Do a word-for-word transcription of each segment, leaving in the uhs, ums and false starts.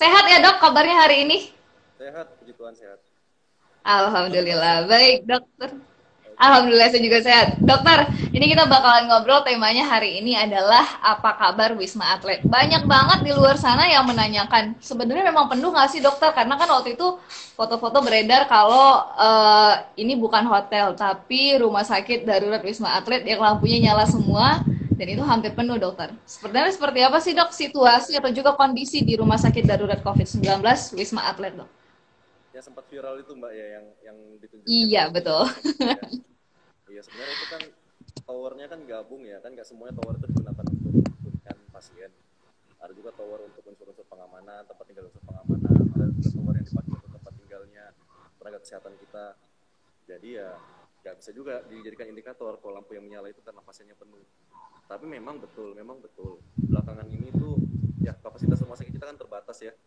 Sehat ya dok kabarnya hari ini? Sehat, puji Tuhan sehat. Gimana Mbak Alhamdulillah. sehat? Baik dokter. Oke. Alhamdulillah saya juga sehat. Dokter, ini kita bakalan ngobrol temanya hari ini adalah apa kabar Wisma Atlet. Banyak banget di luar sana yang menanyakan, sebenarnya memang penuh nggak sih dokter? Karena kan waktu itu foto-foto beredar kalau eh, ini bukan hotel, tapi rumah sakit darurat Wisma Atlet yang lampunya nyala semua, dan itu hampir penuh dokter. Sebenarnya seperti apa sih dok situasi atau juga kondisi di rumah sakit darurat covid sembilan belas Wisma Atlet dok? Yang sempat viral itu Mbak ya, yang yang ditunjukin Iya di betul. media sosial ya. Iya sebenarnya itu kan towernya kan gabung ya, kan nggak semuanya tower itu digunakan untuk hunian pasien. Ada juga tower untuk unsur-unsur pengamanan, tempat tinggal unsur pengamanan. Ada juga tower yang dipakai untuk tempat tinggalnya tenaga kesehatan kita. Jadi ya nggak bisa juga dijadikan indikator kalau lampu yang menyala itu karena pasiennya penuh. Tapi memang betul, memang betul. Belakangan ini tuh ya kapasitas rumah sakit kita kan terbatas ya.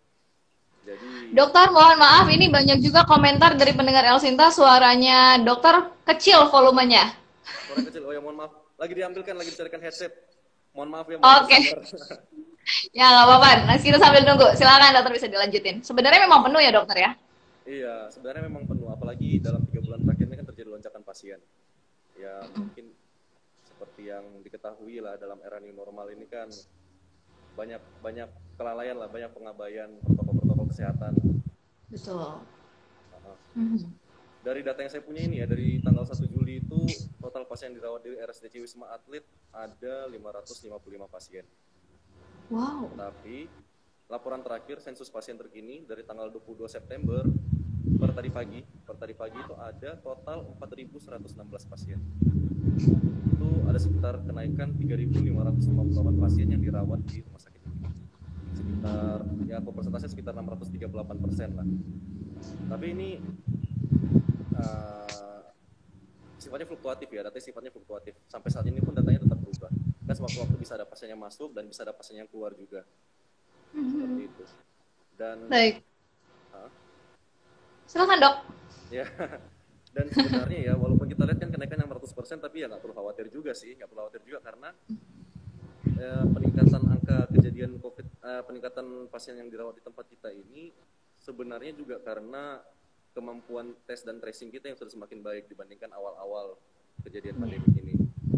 Jadi Dokter, mohon maaf, ini banyak juga komentar dari pendengar El Sinta, suaranya dokter kecil volumenya. suara kecil. Oh ya mohon maaf. Lagi diambilkan, lagi dicarikan headset. Mohon maaf ya Mbak untuk Oke, sabar. ya nggak apa-apa. Nah, kita sambil nunggu. Silakan dokter bisa dilanjutin. Sebenarnya memang penuh ya dokter ya? Iya, sebenarnya memang penuh. Apalagi dalam tiga bulan terakhir ini kan terjadi lonjakan pasien. Ya mungkin seperti yang diketahui lah dalam era new normal ini kan banyak banyak kelalaian lah, banyak pengabaian protokol-protokol kesehatan. Betul. Nah, Mhm. dari data yang saya punya ini ya, dari tanggal satu Juli itu total pasien yang dirawat di R S D C Wisma Atlet ada lima ratus lima puluh lima pasien. Wow. Tapi laporan terakhir sensus pasien terkini dari tanggal dua puluh dua September per tadi pagi, per tadi pagi itu ada total empat ribu seratus enam belas pasien. Itu ada sekitar kenaikan tiga ribu lima ratus lima puluh delapan pasien yang dirawat di rumah sakit ini. Sekitar ya persentase sekitar enam ratus tiga puluh delapan persen lah. Tapi ini uh, sifatnya fluktuatif ya, datanya sifatnya fluktuatif. Sampai saat ini pun datanya tetap berubah. Kan sewaktu-waktu bisa ada pasien yang masuk dan bisa ada pasien yang keluar juga. Seperti itu. Dan Baik. uh, Silakan dok. ya dan sebenarnya ya walaupun kita lihat kan kenaikan yang seratus persen tapi ya nggak perlu khawatir juga sih, nggak perlu khawatir juga karena eh, peningkatan angka kejadian COVID, eh, peningkatan pasien yang dirawat di tempat kita ini sebenarnya juga karena kemampuan tes dan tracing kita yang sudah semakin baik dibandingkan awal-awal kejadian pandemi ini,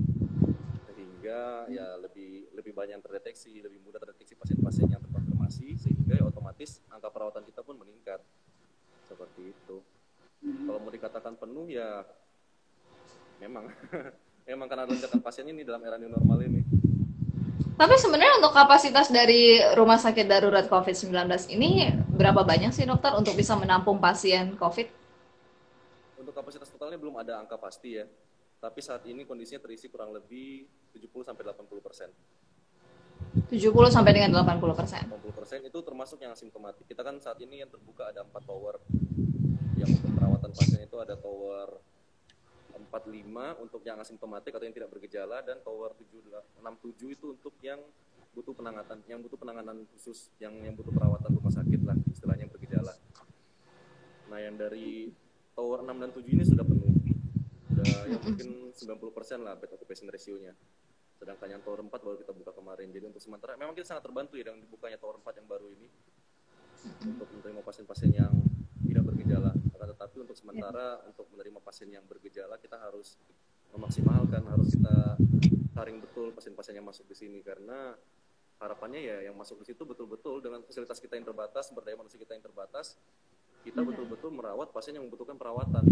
sehingga ya lebih lebih banyak yang terdeteksi, lebih mudah terdeteksi pasien-pasien yang terkonfirmasi, sehingga ya otomatis angka perawatan kita pun meningkat seperti itu. Kalau mau dikatakan penuh ya memang memang karena lonjakan pasien ini dalam era new normal ini. Tapi sebenarnya untuk kapasitas dari rumah sakit darurat covid sembilan belas ini berapa banyak sih dokter untuk bisa menampung pasien COVID? Untuk kapasitas totalnya belum ada angka pasti ya. Tapi saat ini kondisinya terisi kurang lebih tujuh puluh sampai delapan puluh persen. tujuh puluh sampai dengan delapan puluh persen. delapan puluh persen itu termasuk yang asimptomatik. Kita kan saat ini yang terbuka ada empat tower. Yang untuk perawatan pasien itu ada tower empat puluh lima untuk yang asimptomatik atau yang tidak bergejala, dan tower tujuh enam tujuh itu untuk yang butuh penanganan, yang butuh penanganan khusus, yang yang butuh perawatan rumah sakit lah, istilahnya yang bergejala. Nah, yang dari tower enam dan tujuh ini sudah penuh. Sudah ya mungkin sembilan puluh persen lah bed occupation ratio-nya. Sedangkan yang tower empat baru kita buka kemarin. Jadi untuk sementara memang kita sangat terbantu ya dengan dibukanya tower empat yang baru ini untuk menerima pasien-pasien yang tidak bergejala. Tetapi untuk sementara untuk menerima pasien yang bergejala kita harus memaksimalkan, harus kita saring betul pasien-pasien yang masuk di sini, karena harapannya ya yang masuk di situ betul-betul dengan fasilitas kita yang terbatas, sumber daya manusia kita yang terbatas, kita betul-betul merawat pasien yang membutuhkan perawatan.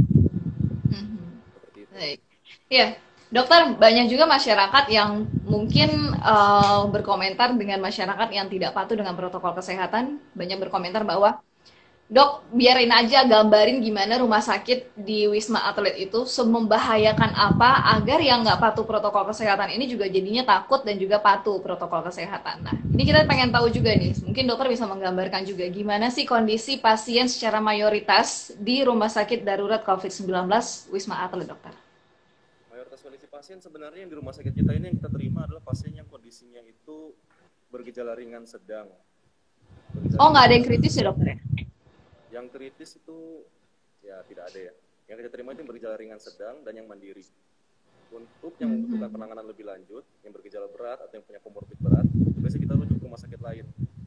Seperti itu. Baik. Ya, dokter, banyak juga masyarakat yang mungkin uh, berkomentar dengan masyarakat yang tidak patuh dengan protokol kesehatan. Banyak berkomentar bahwa, dok, biarin aja gambarin gimana rumah sakit di Wisma Atlet itu semembahayakan apa agar yang nggak patuh protokol kesehatan ini juga jadinya takut dan juga patuh protokol kesehatan. Nah, ini kita pengen tahu juga nih, mungkin dokter bisa menggambarkan juga gimana sih kondisi pasien secara mayoritas di rumah sakit darurat covid sembilan belas Wisma Atlet, dokter. Mayoritas kondisi pasien sebenarnya yang di rumah sakit kita ini yang kita terima adalah pasien yang kondisinya itu bergejala ringan sedang. Bergejala Oh, nggak ada ringan yang kritis sedang. ya, dokter ya? Yang kritis itu ya tidak ada ya. Yang kita terima itu yang bergejala ringan sedang dan yang mandiri. Untuk yang membutuhkan penanganan lebih lanjut, yang bergejala berat atau yang punya komorbid berat, itu biasanya kita rujuk ke rumah sakit lain.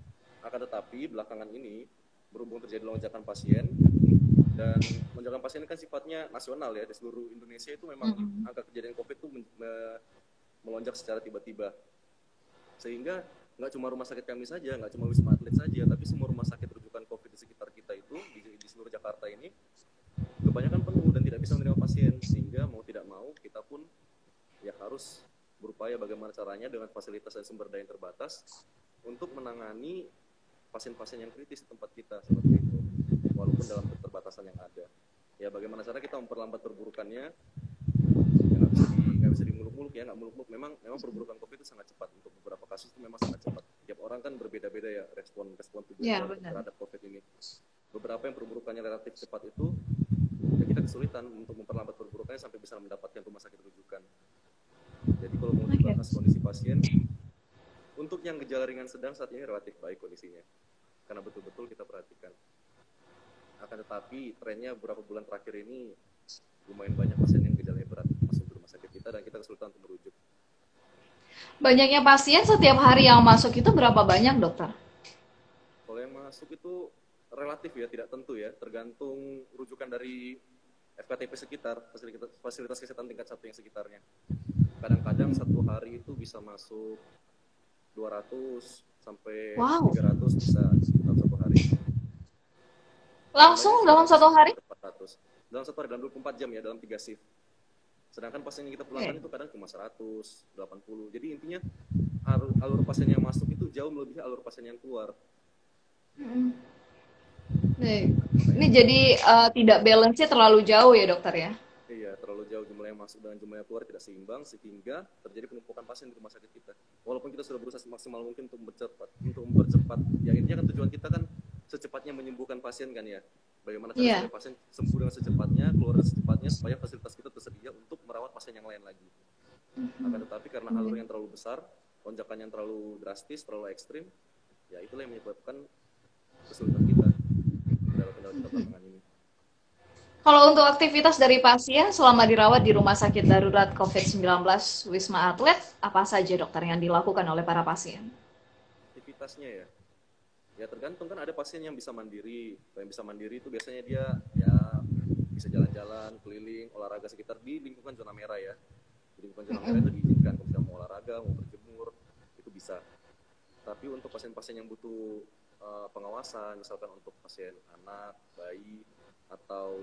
Akan tetapi belakangan ini berhubung terjadi lonjakan pasien, dan lonjakan pasien ini kan sifatnya nasional ya, di seluruh Indonesia itu memang mm-hmm. angka kejadian COVID itu melonjak secara tiba-tiba. Sehingga nggak cuma rumah sakit kami saja, nggak cuma Wisma Atlet saja, tapi semua rumah sakit rujukan COVID di sekitar kita itu, di, di seluruh Jakarta ini, kebanyakan penuh dan tidak bisa menerima pasien. Sehingga mau tidak mau, kita pun ya harus berupaya bagaimana caranya dengan fasilitas dan sumber daya yang terbatas untuk menangani pasien-pasien yang kritis di tempat kita, seperti itu, walaupun dalam keterbatasan yang ada. Ya bagaimana cara kita memperlambat perburukannya, ya nggak bisa, di, nggak bisa dimuluk-muluk ya, nggak muluk-muluk. Memang, memang perburukan COVID itu sangat cepat, untuk beberapa kasus itu memang sangat cepat. Tiap orang kan berbeda-beda ya respon respon tubuhnya ya, terhadap COVID ini. Beberapa yang perburukannya relatif cepat itu, ya kita kesulitan untuk memperlambat perburukannya sampai bisa mendapatkan rumah sakit rujukan. Jadi kalau mau dibahas okay. kondisi pasien, untuk yang gejala ringan sedang saat ini relatif baik kondisinya, karena betul-betul kita perhatikan. Akan tetapi trennya beberapa bulan terakhir ini lumayan banyak pasien yang gejalanya berat masuk ke rumah sakit kita dan kita kesulitan untuk merujuk. Banyaknya pasien setiap hari yang masuk itu berapa banyak, dokter? Kalau yang masuk itu relatif ya, tidak tentu ya, tergantung rujukan dari F K T P sekitar, fasilitas, fasilitas kesehatan tingkat satu yang sekitarnya. Kadang-kadang satu hari itu bisa masuk dua ratus sampai wow. tiga ratus bisa dalam satu hari. Langsung dalam satu hari? empat ratus. Dalam satu hari, dalam dua puluh empat jam ya, dalam tiga shift. Sedangkan pasien yang kita pulangkan okay. itu kadang cuma seratus, delapan puluh. Jadi intinya alur, alur pasien yang masuk itu jauh melebihi alur pasien yang keluar. Hmm. Nih. Ini jadi uh, tidak balance-nya terlalu jauh ya dokter ya? Iya, terlalu jauh, jumlah yang masuk dan jumlah yang keluar tidak seimbang sehingga terjadi penumpukan pasien di rumah sakit kita. Walaupun kita sudah berusaha semaksimal mungkin untuk mempercepat, untuk mempercepat. Ya intinya kan tujuan kita kan secepatnya menyembuhkan pasien kan ya. Bagaimana cara yeah. supaya pasien sembuh dengan secepatnya, keluar secepatnya supaya fasilitas kita tersedia untuk merawat pasien yang lain lagi. Mm-hmm. Akan tetapi karena mm-hmm. alur yang terlalu besar, lonjakan yang terlalu drastis, terlalu ekstrim, ya itulah yang menyebabkan kesulitan kita dalam kendala kita belakangan ini. Kalau untuk aktivitas dari pasien selama dirawat di Rumah Sakit Darurat COVID sembilan belas Wisma Atlet, apa saja dokter yang dilakukan oleh para pasien? Aktivitasnya ya, ya tergantung kan, ada pasien yang bisa mandiri. Yang bisa mandiri itu biasanya dia ya bisa jalan-jalan, keliling, olahraga sekitar di lingkungan zona merah ya. Di lingkungan zona merah itu diizinkan, kalau misalnya mau olahraga, mau berjemur, itu bisa. Tapi untuk pasien-pasien yang butuh uh, pengawasan, misalkan untuk pasien anak, bayi, atau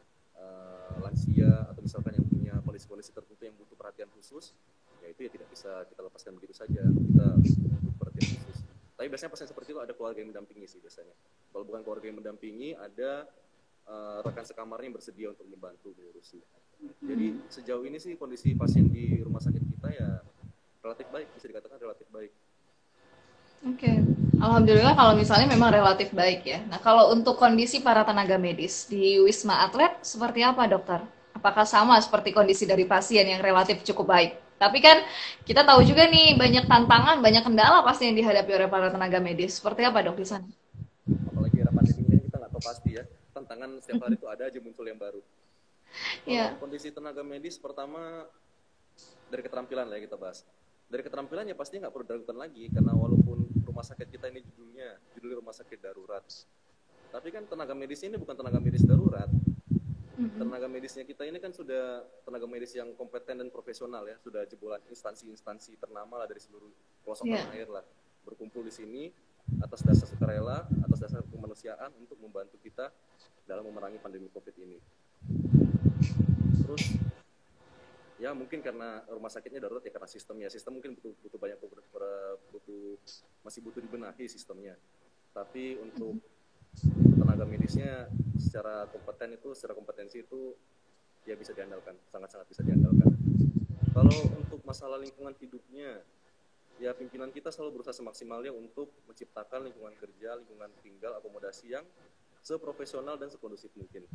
uh, lansia, atau misalkan yang punya kondisi-kondisi tertentu yang butuh perhatian khusus, ya itu ya tidak bisa kita lepaskan begitu saja, kita butuh perhatian khusus. Tapi biasanya pasien seperti itu ada keluarga yang mendampingi sih biasanya. Kalau bukan keluarga yang mendampingi, ada uh, rekan sekamarnya yang bersedia untuk membantu mengurusi. Jadi sejauh ini sih kondisi pasien di rumah sakit kita ya relatif baik, bisa dikatakan relatif baik. Oke, okay. Alhamdulillah kalau misalnya memang relatif baik ya. Nah kalau untuk kondisi para tenaga medis di Wisma Atlet seperti apa dokter? Apakah sama seperti kondisi dari pasien yang relatif cukup baik? Tapi kan kita tahu juga nih banyak tantangan, banyak kendala pasti yang dihadapi oleh para tenaga medis. Seperti apa dok di sana? Apalagi era pandemi ini kita nggak tahu pasti ya. Tantangan setiap hari itu ada aja muncul yang baru. Yeah. Kondisi tenaga medis pertama dari keterampilan lah ya kita bahas. Dari keterampilan ya pasti nggak perlu diragukan lagi, karena walaupun rumah sakit kita ini judulnya judulnya rumah sakit darurat, tapi kan tenaga medis ini bukan tenaga medis darurat. Tenaga medisnya kita ini kan sudah tenaga medis yang kompeten dan profesional ya, sudah jebolan instansi-instansi ternama lah dari seluruh pelosok tanah yeah. air lah berkumpul di sini atas dasar sukarela, atas dasar kemanusiaan untuk membantu kita dalam memerangi pandemi COVID ini. Terus ya mungkin karena rumah sakitnya darurat ya, karena sistemnya sistem mungkin butuh butuh banyak butuh masih butuh dibenahi sistemnya. Tapi untuk tenaga medisnya secara kompeten itu secara kompetensi itu ya bisa diandalkan, sangat-sangat bisa diandalkan. Kalau untuk masalah lingkungan hidupnya ya pimpinan kita selalu berusaha semaksimalnya untuk menciptakan lingkungan kerja, lingkungan tinggal, akomodasi yang seprofesional dan sekondusif mungkin.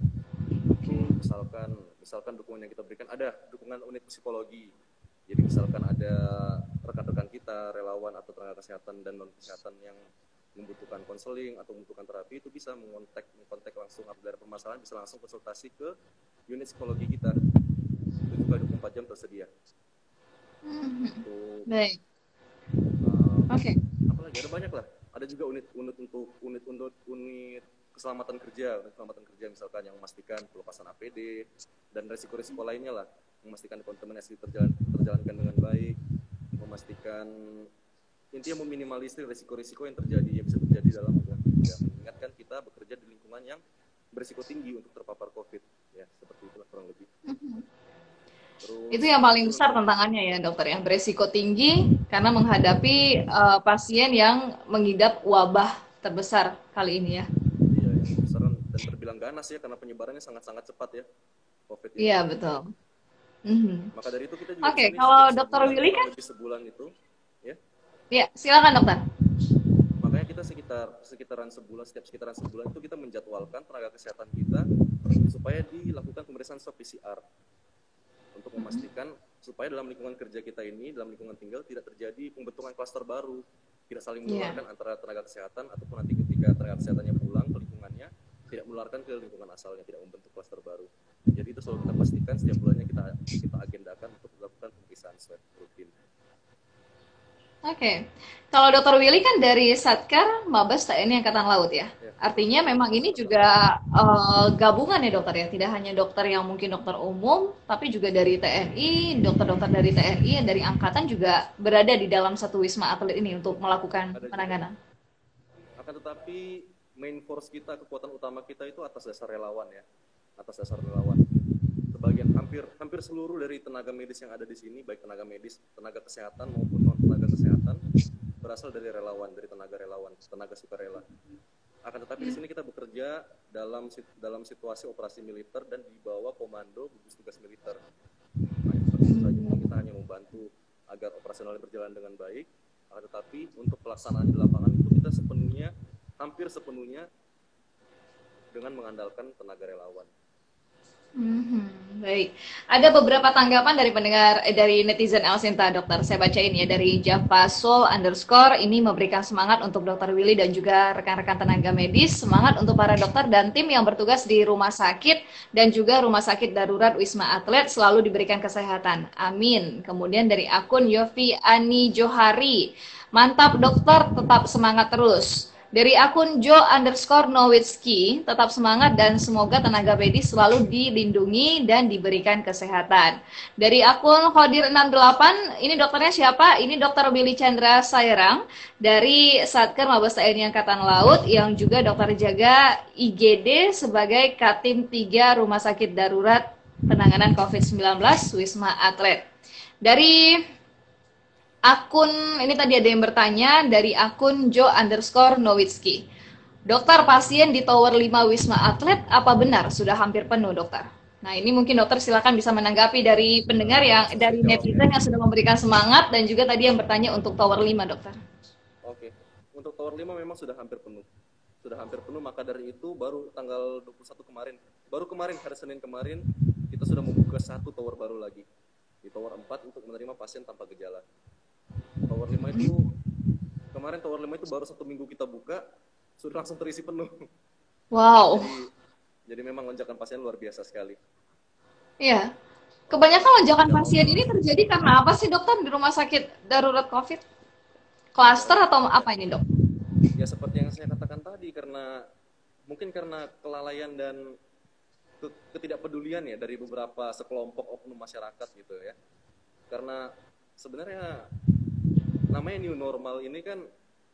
Misalkan, misalkan dukungan yang kita berikan, ada dukungan unit psikologi. Jadi misalkan ada rekan-rekan kita, relawan atau tenaga kesehatan dan non kesehatan yang membutuhkan konseling atau membutuhkan terapi, itu bisa mengontak, mengontak langsung apabila ada permasalahan, bisa langsung konsultasi ke unit psikologi kita. Itu juga dua puluh empat jam tersedia. Mm-hmm. Baik. Uh, Oke. Okay. Apalagi ada banyak lah. ada juga unit-unit untuk unit unit unit keselamatan kerja, unit keselamatan kerja misalkan yang memastikan pelepasan A P D dan resiko-resiko lainnya lah, memastikan kontaminasi terjalan, terjalankan dengan baik, memastikan intinya meminimalisir resiko-resiko yang terjadi yang bisa terjadi dalam lingkungan kerja, mengingatkan kita bekerja di lingkungan yang berisiko tinggi untuk terpapar COVID, ya seperti itulah kurang lebih. Terus, itu yang paling besar tantangannya ya dokter, yang beresiko tinggi karena menghadapi uh, pasien yang mengidap wabah terbesar kali ini ya. Iya, yang besar dan terbilang ganas ya karena penyebarannya sangat-sangat cepat ya COVID ini. Iya betul. Mm-hmm. Maka dari itu kita juga Oke, okay, kalau dokter Willy kan lebih sebulan itu, ya. Iya, silakan dokter. Makanya kita sekitar sekitaran sebulan, setiap sekitaran sebulan itu kita menjadwalkan tenaga kesehatan kita supaya dilakukan pemeriksaan swab P C R untuk memastikan supaya dalam lingkungan kerja kita ini, dalam lingkungan tinggal tidak terjadi pembentukan klaster baru, tidak saling menularkan yeah. antara tenaga kesehatan ataupun nanti ketika tenaga kesehatannya pulang ke lingkungannya tidak menularkan ke lingkungan asalnya, tidak membentuk klaster baru. Jadi itu selalu kita pastikan setiap bulannya kita kita agendakan untuk melakukan pemeriksaan swab rutin. Oke, okay. Kalau dokter Willy kan dari Satkar Mabes T N I Angkatan Laut ya. ya. Artinya memang ini juga uh, gabungan ya dokter ya, tidak hanya dokter yang mungkin dokter umum, tapi juga dari T N I, dokter-dokter dari T N I, dari Angkatan juga berada di dalam satu Wisma Atlet ini untuk melakukan Ada penanganan. Juga. Akan tetapi main force kita, kekuatan utama kita itu atas dasar relawan ya, atas dasar relawan. Sebagian hampir hampir seluruh dari tenaga medis yang ada di sini, baik tenaga medis, tenaga kesehatan maupun non tenaga kesehatan, berasal dari relawan, dari tenaga relawan, tenaga sukarela. Akan tetapi di sini kita bekerja dalam dalam situasi operasi militer dan di bawah komando gugus tugas militer. Nah, itu saja kita hanya membantu agar operasionalnya berjalan dengan baik. Akan tetapi untuk pelaksanaan di lapangan itu kita sepenuhnya, hampir sepenuhnya dengan mengandalkan tenaga relawan. Hmm, baik. Ada beberapa tanggapan dari pendengar eh, dari netizen El Sinta, dokter. Saya bacain ya dari Javasol underscore ini memberikan semangat untuk dokter Willy dan juga rekan-rekan tenaga medis, semangat untuk para dokter dan tim yang bertugas di rumah sakit dan juga rumah sakit darurat Wisma Atlet selalu diberikan kesehatan. Amin. Kemudian dari akun Yofi Ani Johari, mantap dokter, tetap semangat terus. Dari akun Jo underscore Nowitzki, tetap semangat dan semoga tenaga medis selalu dilindungi dan diberikan kesehatan. Dari akun Khodir enam delapan, ini dokternya siapa? Ini dokter Billy Chandra Sairang dari Satkar Mabes T N I Angkatan Laut yang juga dokter jaga I G D sebagai Katim tiga Rumah Sakit Darurat Penanganan COVID sembilan belas Wisma Atlet. Dari akun, ini tadi ada yang bertanya dari akun Jo underscore Nowitzki. Dokter, pasien di Tower lima Wisma Atlet, apa benar sudah hampir penuh dokter? Nah ini mungkin dokter silakan bisa menanggapi dari pendengar yang, dari netizen yang sudah memberikan semangat dan juga tadi yang bertanya untuk Tower lima dokter. Oke, untuk Tower lima memang sudah hampir penuh. Sudah hampir penuh, maka dari itu baru tanggal dua puluh satu kemarin, baru kemarin, hari Senin kemarin, kita sudah membuka satu tower baru lagi. Di Tower empat untuk menerima pasien tanpa gejala. Tower lima itu kemarin Tower lima itu baru satu minggu kita buka sudah langsung terisi penuh. Wow. Jadi, jadi memang lonjakan pasien luar biasa sekali. Iya. Kebanyakan lonjakan pasien ini terjadi karena apa sih dokter di rumah sakit darurat COVID? Klaster atau apa ini dok? Ya seperti yang saya katakan tadi, karena mungkin karena kelalaian dan ketidakpedulian ya dari beberapa sekelompok oknum masyarakat gitu ya. Karena sebenarnya namanya new normal ini kan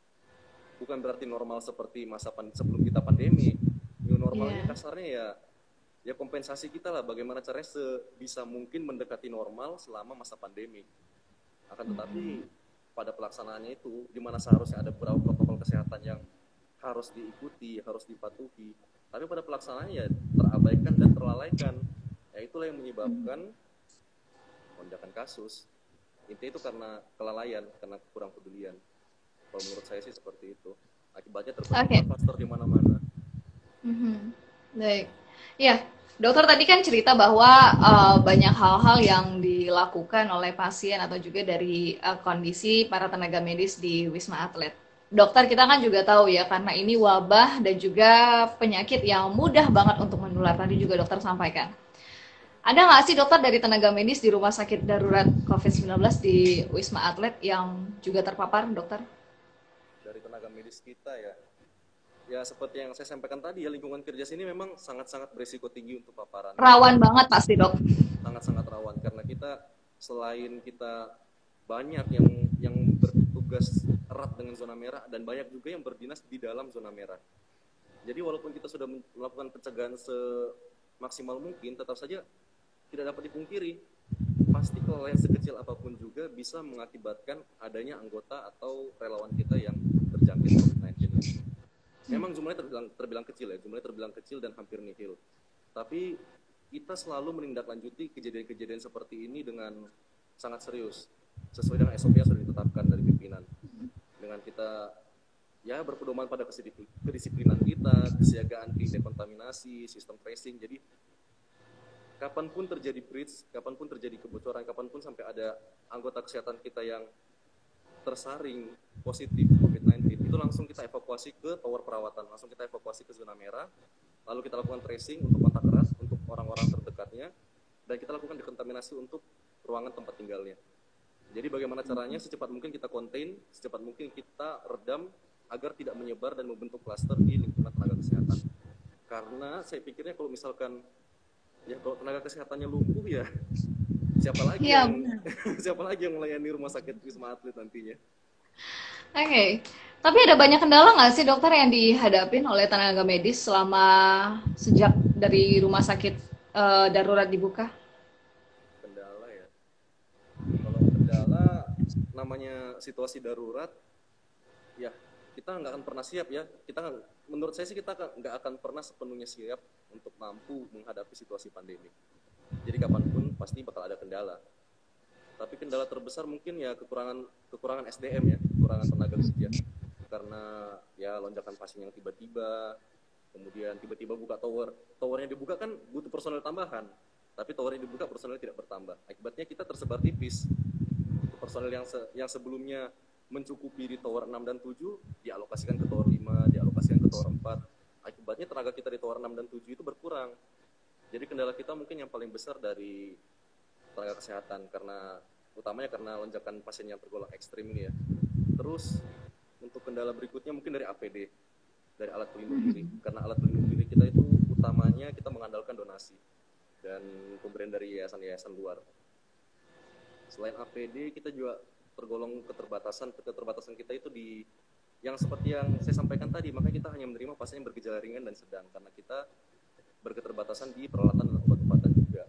bukan berarti normal seperti masa pan- sebelum kita pandemi. New normalnya yeah. kasarnya ya ya kompensasi kita lah bagaimana caranya sebisa mungkin mendekati normal selama masa pandemi. Akan tetapi mm-hmm. pada pelaksanaannya itu di mana seharusnya ada beberapa protokol kesehatan yang harus diikuti, harus dipatuhi. Tapi pada pelaksanaannya ya terabaikan dan terlalaikan. Ya itulah yang menyebabkan lonjakan kasus. Intinya itu karena kelalaian, karena kurang pedulian. Kalau menurut saya sih seperti itu. Akibatnya terbentuk klaster di mana-mana. Mm-hmm. Baik. Ya, dokter tadi kan cerita bahwa uh, banyak hal-hal yang dilakukan oleh pasien atau juga dari uh, kondisi para tenaga medis di Wisma Atlet. Dokter, kita kan juga tahu ya, karena ini wabah dan juga penyakit yang mudah banget untuk menular. Tadi juga dokter sampaikan. Ada nggak sih dokter dari tenaga medis di rumah sakit darurat COVID sembilan belas di Wisma Atlet yang juga terpapar, dokter? dari tenaga medis kita ya, ya seperti yang saya sampaikan tadi ya, lingkungan kerja sini memang sangat-sangat berisiko tinggi untuk paparan. Rawan banget pasti dok. Sangat-sangat rawan karena kita selain kita banyak yang yang bertugas erat dengan zona merah dan banyak juga yang berdinas di dalam zona merah. Jadi walaupun kita sudah melakukan pencegahan semaksimal mungkin, tetap saja tidak dapat dipungkiri pasti kelalaian sekecil apapun juga bisa mengakibatkan adanya anggota atau relawan kita yang terjangkit covid sembilan belas. Memang jumlahnya terbilang, terbilang kecil ya, jumlahnya terbilang kecil dan hampir nihil. Tapi kita selalu menindaklanjuti kejadian-kejadian seperti ini dengan sangat serius, sesuai dengan S O P yang sudah ditetapkan dari pimpinan. Dengan kita ya berpedoman pada kedisiplinan kita, kesiagaan tim dekontaminasi, sistem tracing. Jadi kapanpun terjadi breach, kapanpun terjadi kebocoran, kapanpun sampai ada anggota kesehatan kita yang tersaring positif covid sembilan belas, itu langsung kita evakuasi ke tower perawatan, langsung kita evakuasi ke zona merah, lalu kita lakukan tracing untuk kontak erat untuk orang-orang terdekatnya, dan kita lakukan dekontaminasi untuk ruangan tempat tinggalnya. Jadi bagaimana caranya secepat mungkin kita contain, secepat mungkin kita redam agar tidak menyebar dan membentuk klaster di lingkungan tenaga kesehatan. Karena saya pikirnya kalau misalkan ya kalau tenaga kesehatannya lumpuh ya siapa lagi ya, yang siapa lagi yang melayani rumah sakit Wisma Atlet nantinya. Oke, okay. Tapi ada banyak kendala nggak sih dokter yang dihadapin oleh tenaga medis selama sejak dari rumah sakit uh, darurat dibuka? Kendala ya, kalau kendala namanya situasi darurat ya kita nggak akan pernah siap ya. Kita menurut saya sih kita nggak akan pernah sepenuhnya siap untuk mampu menghadapi situasi pandemi. Jadi kapanpun pasti bakal ada kendala. Tapi kendala terbesar mungkin ya kekurangan kekurangan S D M ya, kekurangan tenaga kerja. Karena ya lonjakan pasien yang tiba-tiba, kemudian tiba-tiba buka tower. Towernya dibuka kan butuh personel tambahan, tapi towernya dibuka personel tidak bertambah. Akibatnya kita tersebar tipis. Personel yang se yang sebelumnya mencukupi di tower enam dan tujuh dialokasikan ke tower lima, dialokasikan ke tower empat. Akibatnya tenaga kita di tower enam dan tujuh itu berkurang. Jadi kendala kita mungkin yang paling besar dari tenaga kesehatan karena utamanya karena lonjakan pasien yang tergolong ekstrim ini ya. Terus untuk kendala berikutnya mungkin dari A P D, dari alat pelindung diri. Karena alat pelindung diri kita itu utamanya kita mengandalkan donasi dan pemberian dari yayasan-yayasan luar. Selain A P D kita juga tergolong keterbatasan keterbatasan kita itu di yang seperti yang saya sampaikan tadi, makanya kita hanya menerima pasien yang bergejala ringan dan sedang karena kita berketerbatasan di peralatan dan obat-obatan juga.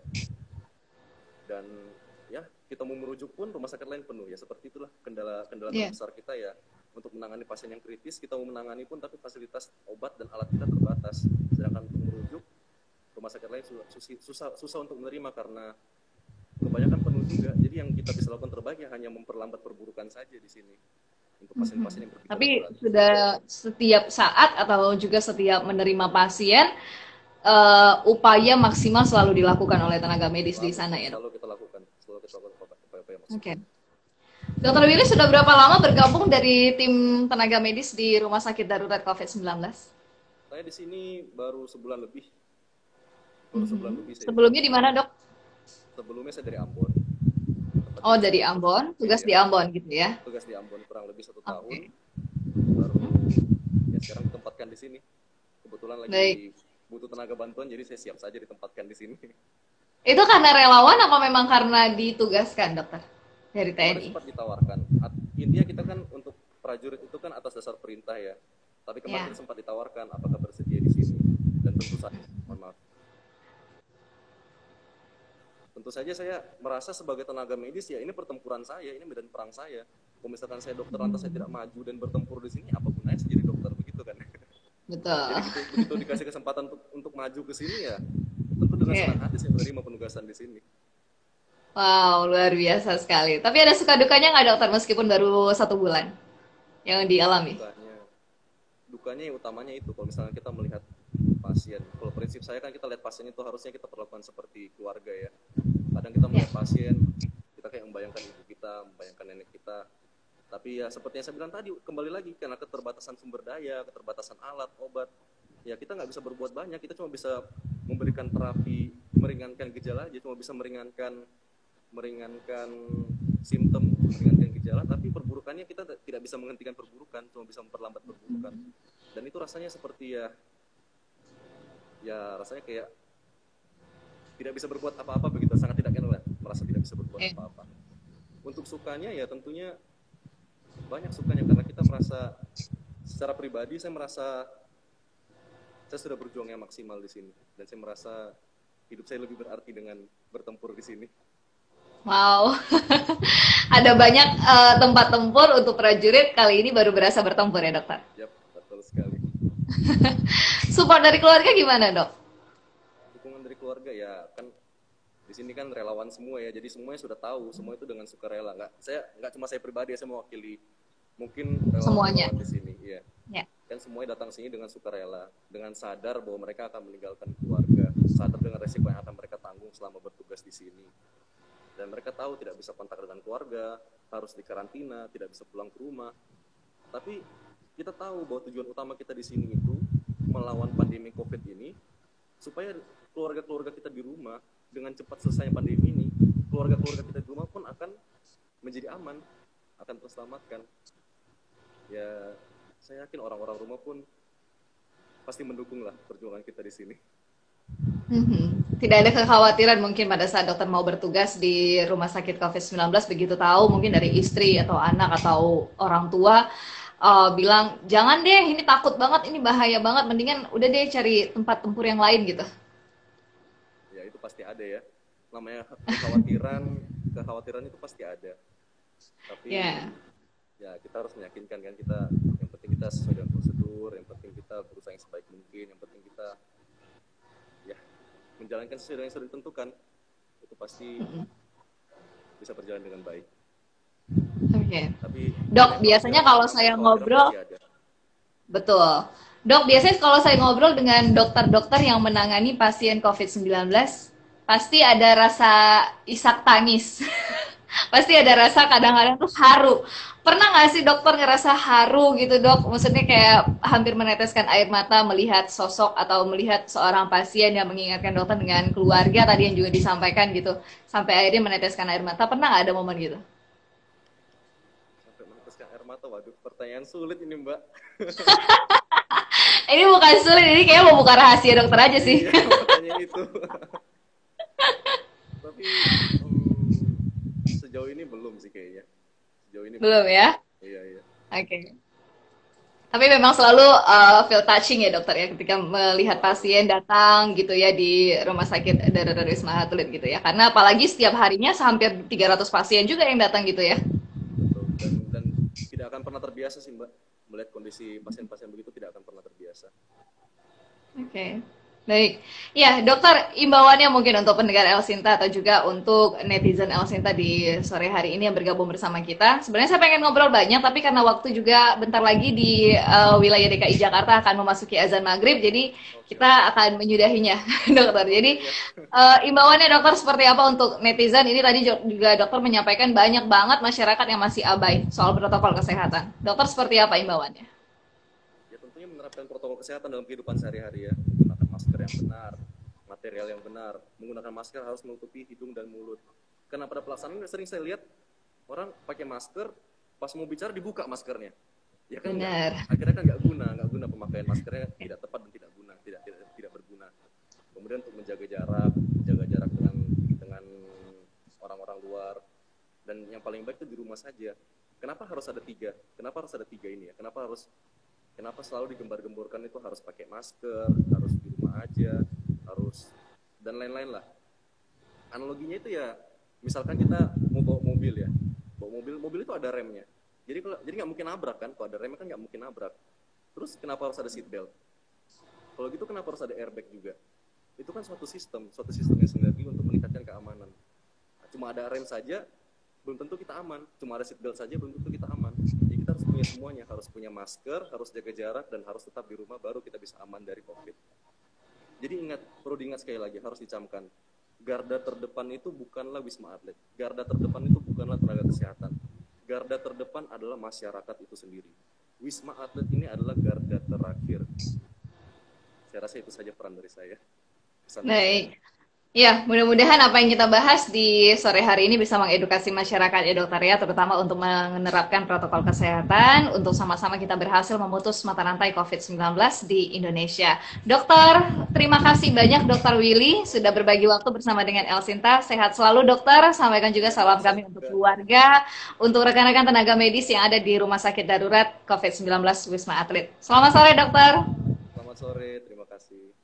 Dan ya kita mau merujuk pun rumah sakit lain penuh ya, seperti itulah kendala kendala yeah. terbesar kita ya untuk menangani pasien yang kritis. Kita mau menangani pun tapi fasilitas obat dan alat kita terbatas, sedangkan untuk merujuk rumah sakit lain susah susah, susah untuk menerima karena kebanyakan penuh juga. Jadi yang kita bisa lakukan terbaik ya hanya memperlambat perburukan saja di sini untuk pasien-pasien yang bergejala. Tapi berat. Sudah setiap saat atau juga setiap menerima pasien uh, upaya maksimal selalu dilakukan oleh tenaga medis selalu, di sana ya. Selalu kita lakukan, selalu kita lakukan upaya-upaya maksimal. Oke. Okay. Dokter Willy sudah berapa lama bergabung dari tim tenaga medis di Rumah Sakit Darurat covid sembilan belas? Saya di sini baru sebulan lebih. Baru mm-hmm. sebulan lebih. Saya Sebelumnya di mana dok? Sebelumnya saya dari Ambon. Oh dari Ambon, tugas di Ambon gitu ya? Tugas di Ambon kurang lebih satu okay. tahun. Baru ya sekarang ditempatkan di sini. Kebetulan lagi Baik. butuh tenaga bantuan, jadi saya siap saja ditempatkan di sini. Itu karena relawan apa memang karena ditugaskan dokter dari T N I? Kemarin sempat ditawarkan. Intinya kita kan untuk prajurit itu kan atas dasar perintah ya. Tapi kemarin ya. sempat ditawarkan apakah bersedia di sini dan tentu saja, mohon maaf. Tentu saja saya merasa sebagai tenaga medis ya ini pertempuran saya, ini medan perang saya. Kalau misalkan saya dokter lantas saya tidak maju dan bertempur di sini, apa gunanya saya jadi dokter begitu kan? Betul. Jadi begitu, begitu dikasih kesempatan untuk, untuk maju ke sini ya, tentu dengan yeah. senang hati saya menerima penugasan di sini. Wow, luar biasa sekali. Tapi ada suka dukanya nggak dokter meskipun baru satu bulan yang dialami? Dukanya, dukanya yang utamanya itu kalau misalnya kita melihat pasien. Kalau prinsip saya kan kita lihat pasien itu harusnya kita perlakukan seperti keluarga ya. Kadang kita melihat yeah. pasien, kita kayak membayangkan ibu kita, membayangkan nenek kita. Tapi ya seperti yang saya bilang tadi, kembali lagi karena keterbatasan sumber daya, keterbatasan alat, obat, ya kita nggak bisa berbuat banyak. Kita cuma bisa memberikan terapi, meringankan gejala aja, cuma bisa meringankan meringankan simptom, meringankan gejala. Tapi perburukan keburukannya kita tidak bisa menghentikan perburukan, cuma bisa memperlambat perburukan. Dan itu rasanya seperti ya, ya rasanya kayak tidak bisa berbuat apa-apa begitu, sangat tidak enak lah, merasa tidak bisa berbuat apa-apa. Untuk sukanya ya tentunya banyak sukanya, karena kita merasa secara pribadi saya merasa saya sudah berjuang yang maksimal di sini, dan saya merasa hidup saya lebih berarti dengan bertempur di sini. Wow, ada banyak uh, tempat tempur untuk prajurit, kali ini baru berasa bertempur ya dokter? Yap, betul sekali. Support dari keluarga gimana dok? Dukungan dari keluarga ya kan, di sini kan relawan semua ya, jadi semuanya sudah tahu, semua itu dengan sukarela. Nggak, saya nggak cuma saya pribadi, saya mewakili mungkin relawan-relawan di sini, ya. Ya. Kan semuanya datang sini dengan sukarela, dengan sadar bahwa mereka akan meninggalkan keluarga, sadar dengan resiko yang akan mereka tanggung selama bertugas di sini. Dan mereka tahu tidak bisa kontak dengan keluarga, harus dikarantina, tidak bisa pulang ke rumah. Tapi kita tahu bahwa tujuan utama kita di sini itu melawan pandemi COVID ini, supaya keluarga-keluarga kita di rumah dengan cepat selesai pandemi ini, keluarga-keluarga kita di rumah pun akan menjadi aman, akan terselamatkan. Ya, saya yakin orang-orang rumah pun pasti mendukung lah perjuangan kita di sini. Mm-hmm. Tidak ada kekhawatiran mungkin pada saat dokter mau bertugas di rumah sakit COVID sembilan belas, begitu tahu mungkin dari istri atau anak atau orang tua uh, bilang, jangan deh, ini takut banget, ini bahaya banget, mendingan udah deh cari tempat tempur yang lain gitu. Ya itu pasti ada ya, namanya kekhawatiran, kekhawatiran itu pasti ada. Tapi yeah. ya kita harus meyakinkan kan, kita yang penting kita sesuai dengan prosedur, yang penting kita berusaha yang sebaik mungkin, yang penting kita ya menjalankan sesuai dengan yang sudah ditentukan, itu pasti mm-hmm. bisa berjalan dengan baik. Oke. Okay. Tapi dok, biasanya kalau saya ngobrol, betul. Dok, biasanya kalau saya ngobrol dengan dokter-dokter yang menangani pasien COVID sembilan belas, pasti ada rasa isak tangis. Pasti ada rasa kadang-kadang tuh haru. Pernah nggak sih dokter ngerasa haru gitu dok? Maksudnya kayak hampir meneteskan air mata melihat sosok atau melihat seorang pasien yang mengingatkan dokter dengan keluarga tadi yang juga disampaikan gitu. Sampai akhirnya meneteskan air mata. Pernah nggak ada momen gitu? Sampai meneteskan air mata, waduh pertanyaan sulit ini mbak. Ini bukan sulit, ini kayaknya mau buka rahasia dokter aja sih. Iya, pertanyaan itu. Tapi um, sejauh ini belum sih kayaknya. Sejauh ini belum, belum ya? Iya, iya. Oke. Okay. Tapi memang selalu uh, feel touching ya dokter ya ketika melihat pasien datang gitu ya di rumah sakit darurat Wisma Atlet gitu ya. Karena apalagi setiap harinya hampir tiga ratus pasien juga yang datang gitu ya. Betul. Dan, dan tidak akan pernah terbiasa sih Mbak. Melihat kondisi pasien-pasien begitu tidak akan pernah terbiasa. Oke. Okay. Baik, ya dokter, imbauannya mungkin untuk pendengar El Sinta atau juga untuk netizen El Sinta di sore hari ini yang bergabung bersama kita. Sebenarnya saya pengen ngobrol banyak, tapi karena waktu juga bentar lagi di uh, wilayah D K I Jakarta akan memasuki azan maghrib, jadi kita akan menyudahinya, dokter. Jadi uh, imbauannya dokter seperti apa untuk netizen? Ini tadi juga dokter menyampaikan banyak banget masyarakat yang masih abai soal protokol kesehatan. Dokter, seperti apa imbauannya? Ya tentunya menerapkan protokol kesehatan dalam kehidupan sehari-hari ya. Masker yang benar, material yang benar, menggunakan masker harus menutupi hidung dan mulut. Karena pada pelaksanaan sering saya lihat orang pakai masker, pas mau bicara dibuka maskernya. Ya kan enggak, akhirnya kan nggak guna, nggak guna pemakaian maskernya, tidak tepat dan tidak guna, tidak tidak tidak berguna. Kemudian untuk menjaga jarak, menjaga jarak dengan dengan orang-orang luar, dan yang paling baik itu di rumah saja. Kenapa harus ada tiga? Kenapa harus ada tiga ini ya? Kenapa harus Kenapa selalu digembar-gemborkan itu harus pakai masker, harus di rumah aja, harus dan lain-lain lah. Analoginya itu ya, misalkan kita mau bawa mobil ya, bawa mobil, mobil itu ada remnya. Jadi kalau jadi nggak mungkin nabrak kan? Kalau ada remnya kan nggak mungkin nabrak. Terus kenapa harus ada seat belt? Kalau gitu kenapa harus ada airbag juga? Itu kan suatu sistem, suatu sistem yang sinergi untuk meningkatkan keamanan. Cuma ada rem saja, belum tentu kita aman. Cuma ada seat belt saja, belum tentu kita aman. Jadi kita harus punya semuanya, harus punya masker, harus jaga jarak, dan harus tetap di rumah, baru kita bisa aman dari COVID. Jadi ingat, perlu diingat sekali lagi, harus dicamkan. Garda terdepan itu bukanlah Wisma Atlet. Garda terdepan itu bukanlah tenaga kesehatan. Garda terdepan adalah masyarakat itu sendiri. Wisma Atlet ini adalah garda terakhir. Saya rasa itu saja peran dari saya. Pesan Baik. Ya, mudah-mudahan apa yang kita bahas di sore hari ini bisa mengedukasi masyarakat ya dokter ya, terutama untuk menerapkan protokol kesehatan, untuk sama-sama kita berhasil memutus mata rantai covid sembilan belas di Indonesia. Dokter, terima kasih banyak Dokter Willy sudah berbagi waktu bersama dengan Elsinta. Sehat selalu dokter, sampaikan juga Ya, salam sehat kami untuk juga. keluarga, untuk rekan-rekan tenaga medis yang ada di Rumah Sakit Darurat covid sembilan belas Wisma Atlet. Selamat sore dokter. Selamat sore, terima kasih.